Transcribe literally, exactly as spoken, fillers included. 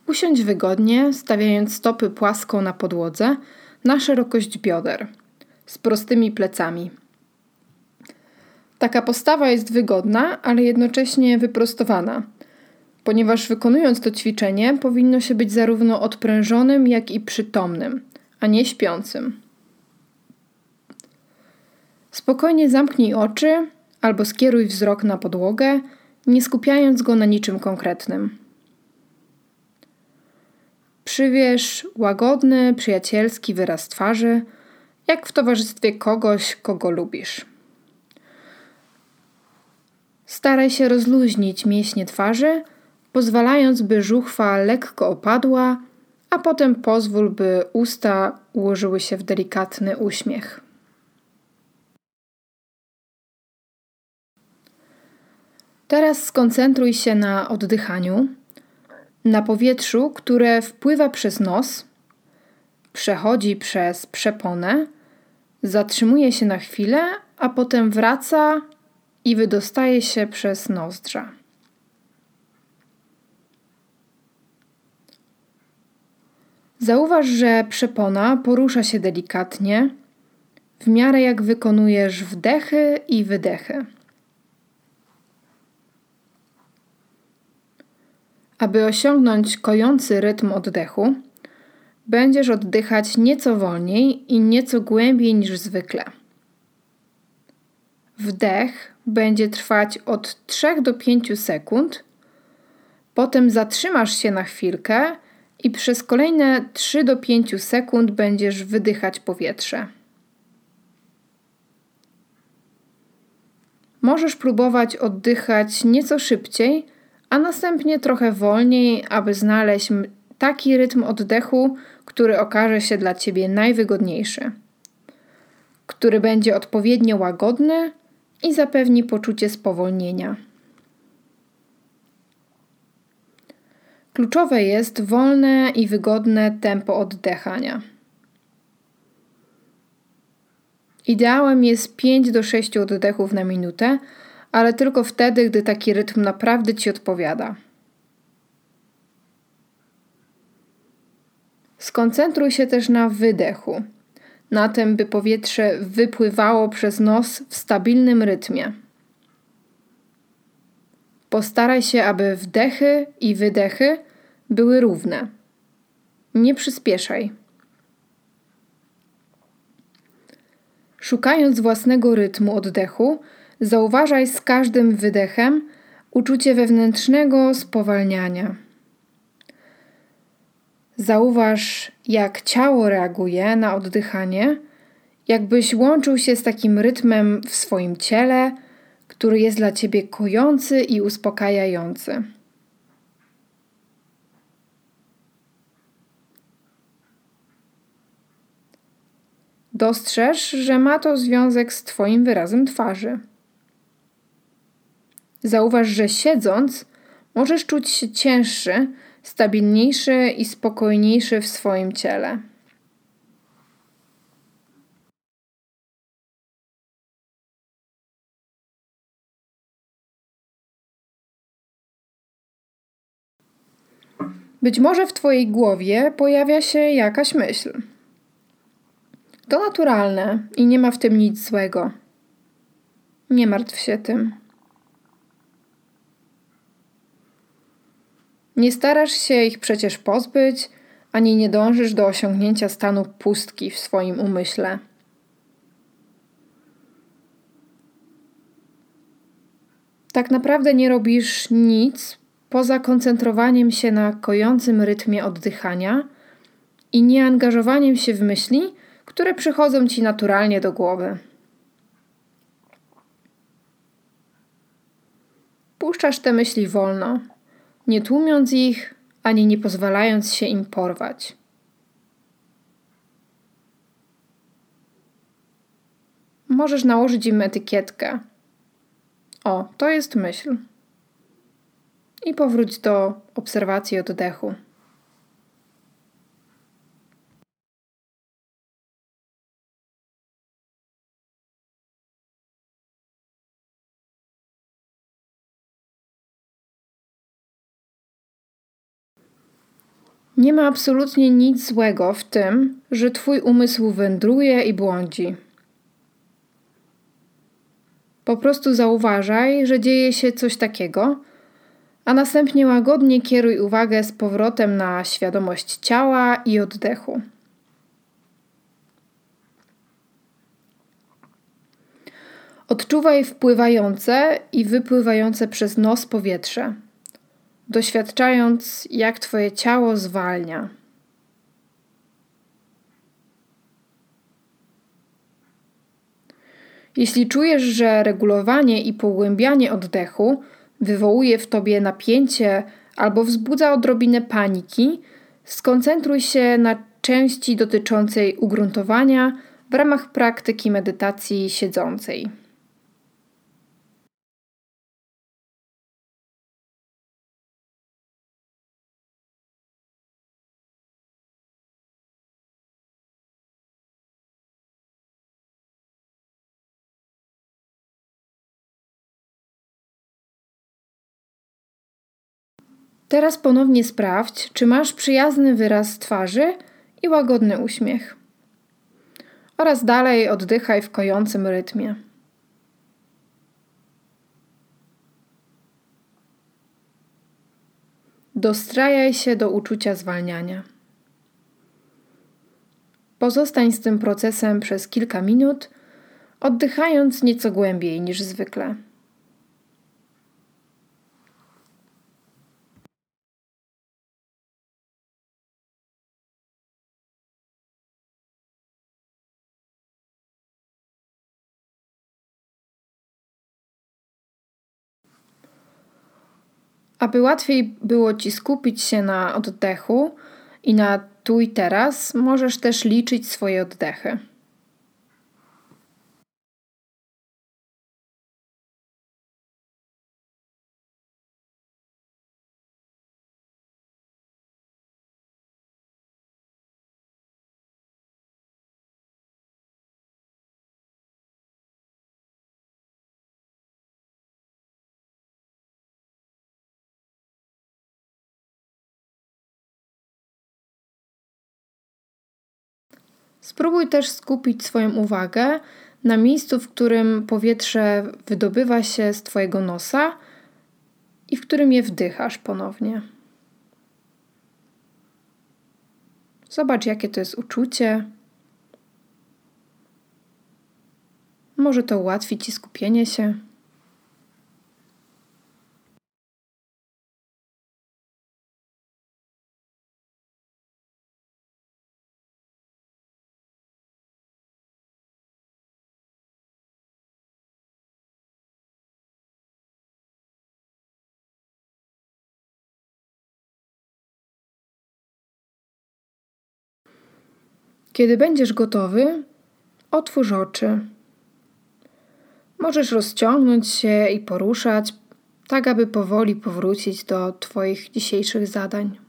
Usiądź wygodnie, stawiając stopy płasko na podłodze na szerokość bioder, z prostymi plecami. Taka postawa jest wygodna, ale jednocześnie wyprostowana, ponieważ wykonując to ćwiczenie powinno się być zarówno odprężonym, jak i przytomnym, a nie śpiącym. Spokojnie zamknij oczy albo skieruj wzrok na podłogę, nie skupiając go na niczym konkretnym. Przywierz łagodny, przyjacielski wyraz twarzy, jak w towarzystwie kogoś, kogo lubisz. Staraj się rozluźnić mięśnie twarzy, pozwalając, by żuchwa lekko opadła, a potem pozwól, by usta ułożyły się w delikatny uśmiech. Teraz skoncentruj się na oddychaniu, na powietrzu, które wpływa przez nos, przechodzi przez przeponę, zatrzymuje się na chwilę, a potem wraca i wydostaje się przez nozdrza. Zauważ, że przepona porusza się delikatnie, w miarę jak wykonujesz wdechy i wydechy. Aby osiągnąć kojący rytm oddechu, będziesz oddychać nieco wolniej i nieco głębiej niż zwykle. Wdech będzie trwać od trzech do pięciu sekund, potem zatrzymasz się na chwilkę i przez kolejne trzy do pięciu sekund będziesz wydychać powietrze. Możesz próbować oddychać nieco szybciej, a następnie trochę wolniej, aby znaleźć taki rytm oddechu, który okaże się dla Ciebie najwygodniejszy, który będzie odpowiednio łagodny i zapewni poczucie spowolnienia. Kluczowe jest wolne i wygodne tempo oddychania. Ideałem jest pięć do sześciu oddechów na minutę, ale tylko wtedy, gdy taki rytm naprawdę Ci odpowiada. Skoncentruj się też na wydechu, na tym, by powietrze wypływało przez nos w stabilnym rytmie. Postaraj się, aby wdechy i wydechy były równe. Nie przyspieszaj. Szukając własnego rytmu oddechu, zauważaj z każdym wydechem uczucie wewnętrznego spowalniania. Zauważ, jak ciało reaguje na oddychanie, jakbyś łączył się z takim rytmem w swoim ciele, który jest dla Ciebie kojący i uspokajający. Dostrzeż, że ma to związek z Twoim wyrazem twarzy. Zauważ, że siedząc możesz czuć się cięższy, stabilniejszy i spokojniejszy w swoim ciele. Być może w Twojej głowie pojawia się jakaś myśl. To naturalne i nie ma w tym nic złego. Nie martw się tym. Nie starasz się ich przecież pozbyć, ani nie dążysz do osiągnięcia stanu pustki w swoim umyśle. Tak naprawdę nie robisz nic poza koncentrowaniem się na kojącym rytmie oddychania i nieangażowaniem się w myśli, które przychodzą Ci naturalnie do głowy. Puszczasz te myśli wolno, nie tłumiąc ich, ani nie pozwalając się im porwać. Możesz nałożyć im etykietkę. O, to jest myśl. I powróć do obserwacji oddechu. Nie ma absolutnie nic złego w tym, że Twój umysł wędruje i błądzi. Po prostu zauważaj, że dzieje się coś takiego, a następnie łagodnie kieruj uwagę z powrotem na świadomość ciała i oddechu. Odczuwaj wpływające i wypływające przez nos powietrze, doświadczając, jak Twoje ciało zwalnia. Jeśli czujesz, że regulowanie i pogłębianie oddechu wywołuje w Tobie napięcie albo wzbudza odrobinę paniki, skoncentruj się na części dotyczącej ugruntowania w ramach praktyki medytacji siedzącej. Teraz ponownie sprawdź, czy masz przyjazny wyraz twarzy i łagodny uśmiech. Oraz dalej oddychaj w kojącym rytmie. Dostrajaj się do uczucia zwalniania. Pozostań z tym procesem przez kilka minut, oddychając nieco głębiej niż zwykle. Aby łatwiej było Ci skupić się na oddechu i na tu i teraz, możesz też liczyć swoje oddechy. Spróbuj też skupić swoją uwagę na miejscu, w którym powietrze wydobywa się z Twojego nosa i w którym je wdychasz ponownie. Zobacz, jakie to jest uczucie. Może to ułatwi Ci skupienie się. Kiedy będziesz gotowy, otwórz oczy. Możesz rozciągnąć się i poruszać, tak aby powoli powrócić do Twoich dzisiejszych zadań.